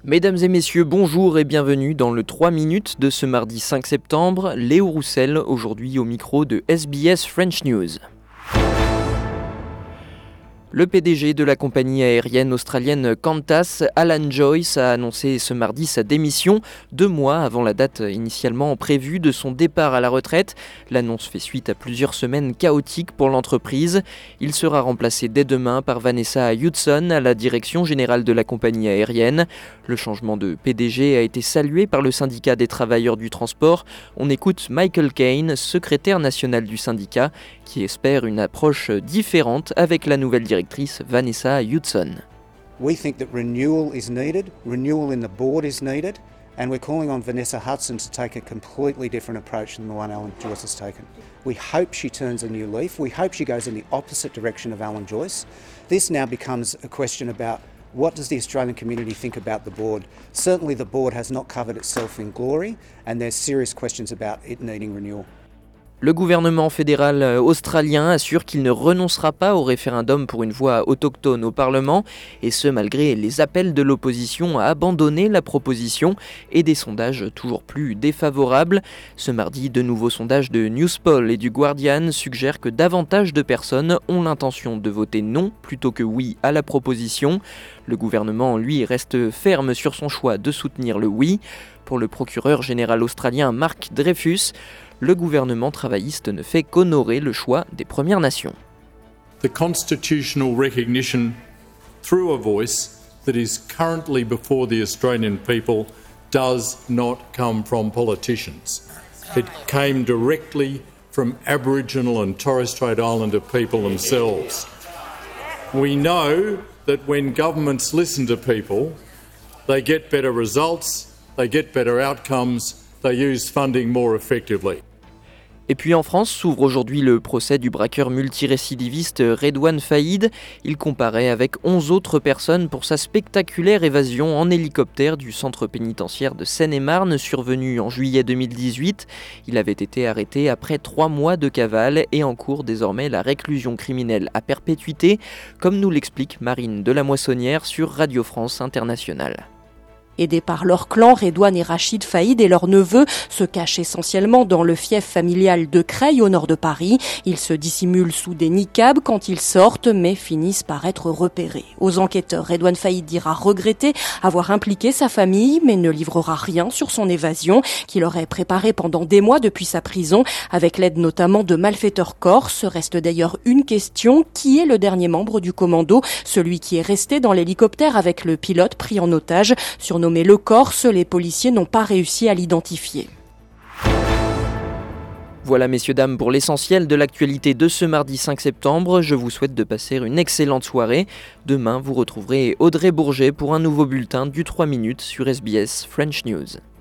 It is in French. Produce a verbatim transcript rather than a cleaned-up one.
Mesdames et messieurs, bonjour et bienvenue dans le trois minutes de ce mardi cinq septembre. Léo Roussel, aujourd'hui au micro de S B S French News. Le P D G de la compagnie aérienne australienne Qantas, Alan Joyce, a annoncé ce mardi sa démission, deux mois avant la date initialement prévue de son départ à la retraite. L'annonce fait suite à plusieurs semaines chaotiques pour l'entreprise. Il sera remplacé dès demain par Vanessa Hudson à la direction générale de la compagnie aérienne. Le changement de P D G a été salué par le syndicat des travailleurs du transport. On écoute Michael Kane, secrétaire national du syndicat, qui espère une approche différente avec la nouvelle directrice Vanessa Hudson. We think that renewal is needed, renewal in the board is needed, and we're calling on Vanessa Hudson to take a completely different approach than the one Alan Joyce has taken. We hope she turns a new leaf. We hope she goes in the opposite direction of Alan Joyce. This now becomes a question about what does the Australian community think about the board? Certainly the board has not covered itself in glory, and there's serious questions about it needing renewal. Le gouvernement fédéral australien assure qu'il ne renoncera pas au référendum pour une voix autochtone au Parlement, et ce malgré les appels de l'opposition à abandonner la proposition et des sondages toujours plus défavorables. Ce mardi, de nouveaux sondages de Newspoll et du Guardian suggèrent que davantage de personnes ont l'intention de voter non plutôt que oui à la proposition. Le gouvernement, lui, reste ferme sur son choix de soutenir le oui. Pour le procureur général australien Mark Dreyfus, le gouvernement travailliste ne fait qu'honorer le choix des Premières Nations. The constitutional recognition through a voice that is currently before the Australian people does not come from politicians. It came directly from Aboriginal and Torres Strait Islander people themselves. We know that when governments listen to people, they get better results, they get better outcomes, they use funding more effectively. Et puis en France s'ouvre aujourd'hui le procès du braqueur multirécidiviste Redouane Faïd. Il comparaît avec onze autres personnes pour sa spectaculaire évasion en hélicoptère du centre pénitentiaire de Seine-et-Marne survenu en juillet deux mille dix-huit. Il avait été arrêté après trois mois de cavale et encourt désormais la réclusion criminelle à perpétuité, comme nous l'explique Marine de la Moissonnière sur Radio France Internationale. Aidés par leur clan, Redouane et Rachid Faïd et leurs neveux se cachent essentiellement dans le fief familial de Creil au nord de Paris. Ils se dissimulent sous des niqabs quand ils sortent, mais finissent par être repérés. Aux enquêteurs, Redouane Faïd dira regretter avoir impliqué sa famille, mais ne livrera rien sur son évasion qu'il aurait préparée pendant des mois depuis sa prison, avec l'aide notamment de malfaiteurs corses. Reste d'ailleurs une question, qui est le dernier membre du commando, celui qui est resté dans l'hélicoptère avec le pilote pris en otage, sur Nommé le Corse, les policiers n'ont pas réussi à l'identifier. Voilà messieurs dames pour l'essentiel de l'actualité de ce mardi cinq septembre. Je vous souhaite de passer une excellente soirée. Demain, vous retrouverez Audrey Bourget pour un nouveau bulletin du trois minutes sur S B S French News.